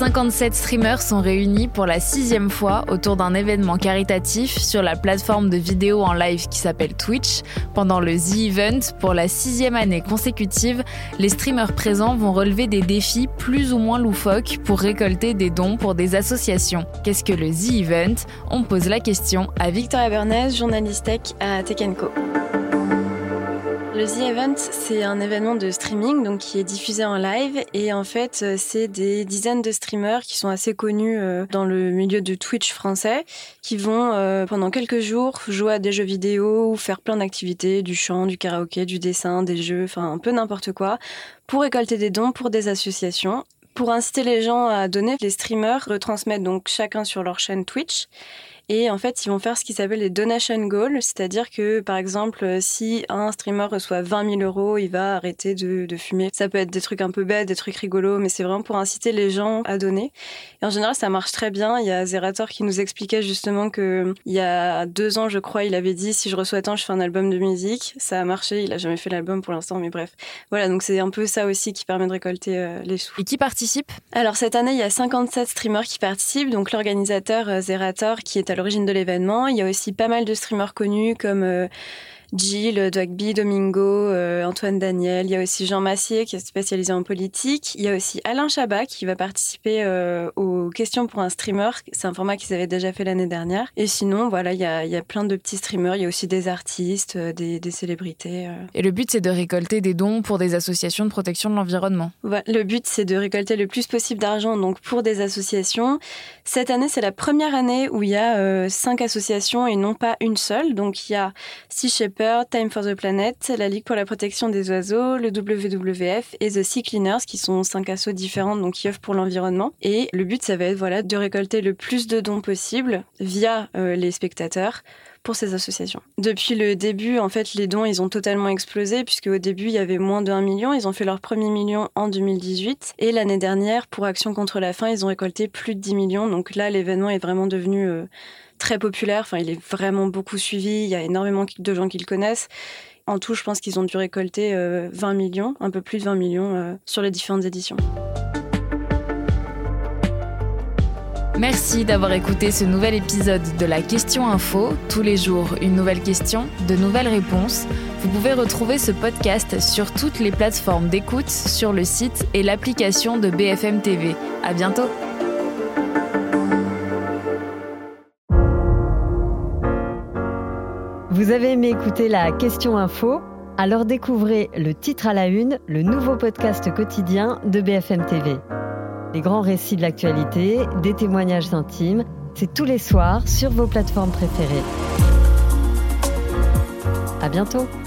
57 streamers sont réunis pour la 6e fois autour d'un événement caritatif sur la plateforme de vidéo en live qui s'appelle Twitch. Pendant le The Event, pour la 6e année consécutive, les streamers présents vont relever des défis plus ou moins loufoques pour récolter des dons pour des associations. Qu'est-ce que le The Event ? On pose la question à Victoria Bernays, journaliste tech à Tech & Co. Le The Event, c'est un événement de streaming donc qui est diffusé en live et en fait, c'est des dizaines de streamers qui sont assez connus dans le milieu de Twitch français qui vont pendant quelques jours jouer à des jeux vidéo ou faire plein d'activités, du chant, du karaoké, du dessin, des jeux, enfin un peu n'importe quoi pour récolter des dons pour des associations. Pour inciter les gens à donner, les streamers retransmettent donc chacun sur leur chaîne Twitch. Et en fait, ils vont faire ce qui s'appelle les donation goals, c'est-à-dire que, par exemple, si un streamer reçoit 20 000 €, il va arrêter de fumer. Ça peut être des trucs un peu bêtes, des trucs rigolos, mais c'est vraiment pour inciter les gens à donner. Et en général, ça marche très bien. Il y a Zerator qui nous expliquait justement que il y a 2 ans, je crois, il avait dit « si je reçois tant, je fais un album de musique ». Ça a marché, il a jamais fait l'album pour l'instant, mais bref. Voilà, donc c'est un peu ça aussi qui permet de récolter les sous. Et qui participe ? Alors cette année, il y a 57 streamers qui participent, donc l'organisateur Zerator qui est à l'origine de l'événement. Il y a aussi pas mal de streamers connus comme Jill, Dwagby, Domingo, Antoine Daniel. Il y a aussi Jean Massier qui est spécialisé en politique. Il y a aussi Alain Chabat qui va participer aux questions pour un streamer. C'est un format qu'ils avaient déjà fait l'année dernière. Et sinon, voilà, il y a plein de petits streamers. Il y a aussi des artistes, des célébrités. Et le but, c'est de récolter des dons pour des associations de protection de l'environnement. Ouais, le but, c'est de récolter le plus possible d'argent donc pour des associations. Cette année, c'est la première année où il y a 5 associations et non pas une seule. Donc, il y a Sea Shepherd, Time for the Planet, la Ligue pour la protection des oiseaux, le WWF et The Sea Cleaners, qui sont 5 assos différentes donc qui œuvrent pour l'environnement. Et le but, ça va être de récolter le plus de dons possible via les spectateurs pour ces associations. Depuis le début, en fait, les dons, ils ont totalement explosé puisque au début, il y avait moins de 1 million. Ils ont fait leur premier million en 2018. Et l'année dernière, pour Action contre la faim, ils ont récolté plus de 10 millions. Donc là, l'événement est vraiment devenu très populaire. Enfin, il est vraiment beaucoup suivi. Il y a énormément de gens qui le connaissent. En tout, je pense qu'ils ont dû récolter 20 millions, un peu plus de 20 millions sur les différentes éditions. Merci d'avoir écouté ce nouvel épisode de la Question Info. Tous les jours, une nouvelle question, de nouvelles réponses. Vous pouvez retrouver ce podcast sur toutes les plateformes d'écoute, sur le site et l'application de BFM TV. À bientôt. Vous avez aimé écouter la Question Info ? Alors découvrez Le Titre à la Une, le nouveau podcast quotidien de BFM TV. Les grands récits de l'actualité, des témoignages intimes, c'est tous les soirs sur vos plateformes préférées. À bientôt.